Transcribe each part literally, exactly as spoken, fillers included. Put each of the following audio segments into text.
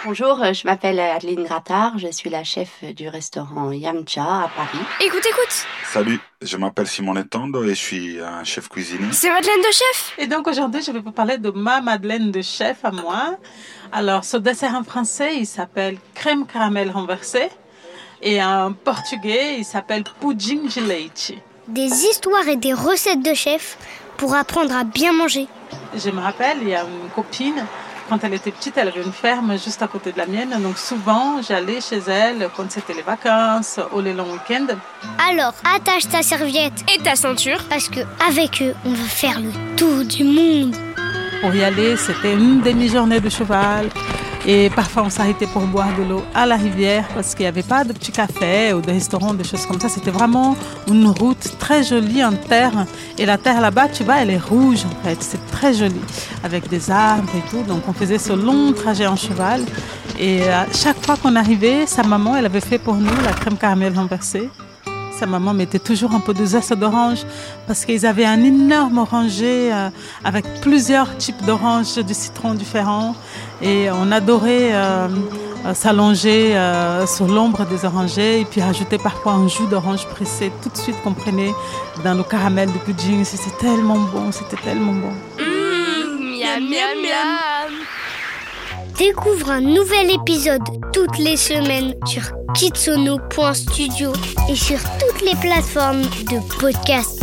Bonjour, je m'appelle Adeline Grattard, je suis la chef du restaurant Yamcha à Paris. Écoute, écoute. Salut, je m'appelle Simon Etondo et je suis un chef cuisinier. C'est Madeleine de chef. Et donc aujourd'hui, je vais vous parler de ma Madeleine de chef à moi. Alors, ce dessert en français, il s'appelle crème caramel renversée. Et en portugais, il s'appelle pudim de leite. Des histoires et des recettes de chef pour apprendre à bien manger. Je me rappelle, il y a une copine, quand elle était petite, elle avait une ferme juste à côté de la mienne. Donc souvent, j'allais chez elle quand c'était les vacances ou les longs week-ends. Alors, attache ta serviette Et ta ceinture. parce que avec eux, on va faire le tour du monde. Pour y aller, c'était une demi-journée de cheval. Et parfois, on s'arrêtait pour boire de l'eau à la rivière parce qu'il n'y avait pas de petits cafés ou de restaurants, des choses comme ça. C'était vraiment une route très jolie en terre. Et la terre là-bas, tu vois, elle est rouge en fait. C'est très joli avec des arbres et tout. Donc, on faisait ce long trajet en cheval. Et à chaque fois qu'on arrivait, sa maman, elle avait fait pour nous la crème caramel renversée. Sa maman mettait toujours un peu de zeste d'orange parce qu'ils avaient un énorme oranger euh, avec plusieurs types d'oranges, de citrons différents. Et on adorait euh, euh, s'allonger euh, sur l'ombre des orangers et puis rajouter parfois un jus d'orange pressé tout de suite qu'on prenait dans le caramel du pudding. C'était tellement bon, c'était tellement bon. Mmh, miam, miam, miam. Découvre un nouvel épisode toutes les semaines sur kitsono point studio et sur toutes les plateformes de podcast.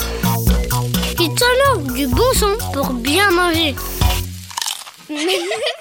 Kitsono, du bon son pour bien manger.